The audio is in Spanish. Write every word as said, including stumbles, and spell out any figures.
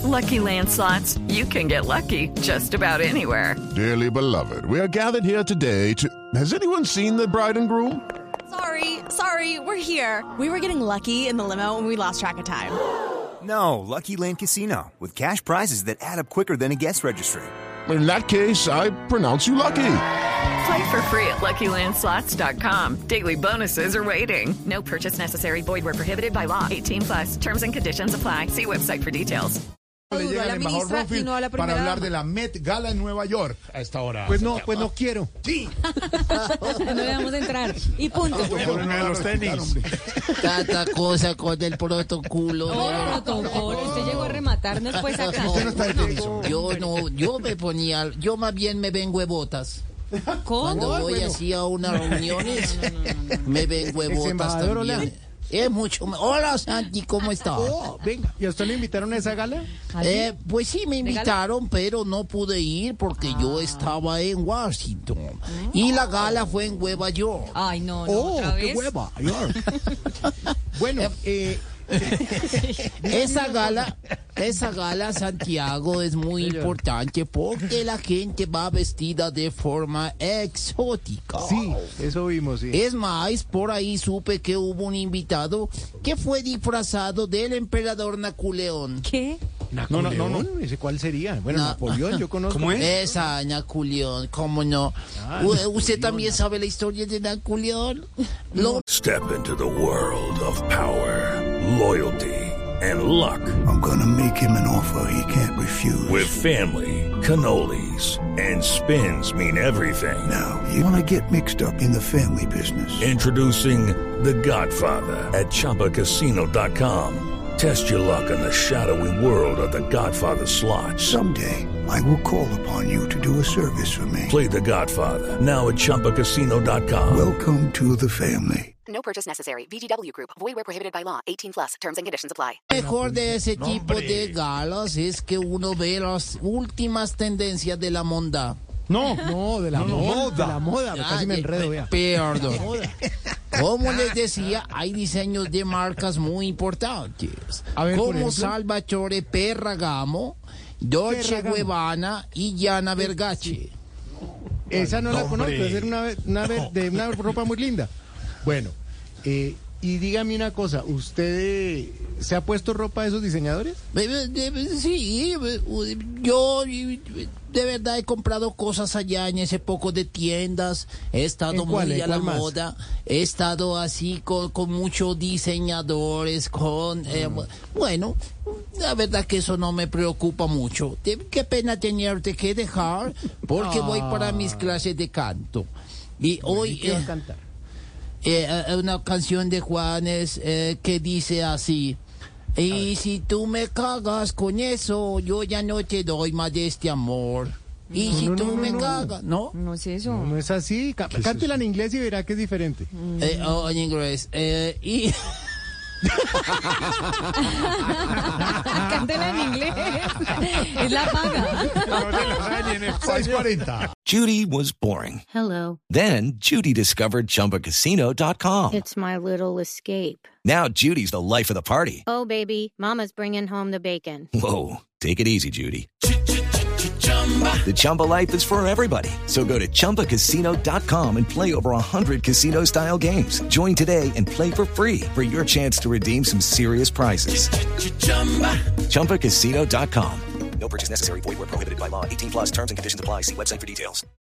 Lucky Land Slots, you can get lucky just about anywhere. Dearly beloved, we are gathered here today to... Has anyone seen the bride and groom? Sorry, sorry, we're here. We were getting lucky in the limo and we lost track of time. No, Lucky Land Casino, with cash prizes that add up quicker than a guest registry. In that case, I pronounce you lucky. Play for free at Lucky Land Slots dot com. Daily bonuses are waiting. No purchase necessary. Void where prohibited by law. eighteen plus. Terms and conditions apply. See website for details. Le llega el embajador Rufi no para hablar de la Met Gala en Nueva York a esta hora. Pues no, pues no quiero. Sí. No le vamos a entrar. Y punto. Pónganme los tenis. Tanta cosa con el protocolo. No, protocolo. Usted llegó a rematarnos pues acá. Usted no está de tenis. Yo no, yo me ponía, yo más bien me vengo de botas. ¿Cómo? Cuando voy bueno. así a unas reuniones, me vengo de botas embajador, hola. también. Es mucho más. Hola, Santi, ¿cómo está? Oh, venga, ¿y a usted le invitaron a esa gala? Eh, pues sí, me invitaron, pero no pude ir porque Ah. yo estaba en Washington. Y la gala fue en Nueva York. Ay, no, no, Oh, otra qué vez. hueva. Bueno, eh, Esa gala, esa gala, Santiago, es muy importante porque la gente va vestida de forma exótica. sí, eso vimos, sí. Es más, por ahí supe que hubo un invitado que fue disfrazado del emperador Napoleón. ¿Qué? No, no, no, no, ¿ese cuál sería? Bueno, Na- Napoleón, yo conozco. ¿Cómo Esa Napoleón, ¿cómo no? Ah, U- Napoleón. ¿Usted también sabe la historia de Napoleón? Lo Step into the world of power, loyalty, and luck. I'm gonna make him an offer he can't refuse. With family, cannolis, and spins mean everything. Now, you wanna get mixed up in the family business. Introducing The Godfather at Chumba Casino dot com. Test your luck in the shadowy world of The Godfather slot. Someday, I will call upon you to do a service for me. Play The Godfather now at Chumba Casino dot com. Welcome to the family. No purchase necessary. V G W Group. Void where prohibited by law. eighteen plus. Terms and conditions apply. mejor de ese tipo de galas es que uno ve las últimas tendencias de la moda. No, no, de la moda. De la moda, casi me enredo, vea. Perdón. Como les decía, hay diseños de marcas muy importantes. A ver, por como ejemplo. Salvatore Ferragamo, Dolce Ferragamo. Gabbana y Gianna Versace. Esa no la conozco, debe ser una, una, de una ropa muy linda. Bueno, eh, y dígame una cosa, ¿usted eh, se ha puesto ropa de esos diseñadores? Eh, eh, Sí, eh, yo eh, de verdad he comprado cosas allá en ese poco de tiendas, he estado ¿En cuál? muy ¿En a la cuál más? moda, he estado así con, con muchos diseñadores, con, eh, bueno, la verdad que eso no me preocupa mucho. De- Qué pena tenerte que dejar, porque voy para mis clases de canto. Y hoy... ¿Qué va eh, a cantar? eh, eh, una canción de Juanes eh, que dice así: y si tú me cagas con eso, yo ya no te doy más de este amor. Y No, si no, tú no, me no. cagas, ¿no? No es eso. No, no es así. Ca- Cántela en inglés y verá que es diferente. Eh, oh, en inglés. Eh, y Cántela en inglés. Es la paga. seis cuarenta. Judy was boring. Hello. Then Judy discovered Chumba Casino dot com. It's my little escape. Now Judy's the life of the party. Oh, baby, mama's bringing home the bacon. Whoa, take it easy, Judy. The Chumba life is for everybody. So go to Chumba Casino dot com and play over one hundred casino-style games. Join today and play for free for your chance to redeem some serious prizes. Chumba Casino dot com. No purchase necessary. Void where prohibited by law. eighteen plus terms and conditions apply. See website for details.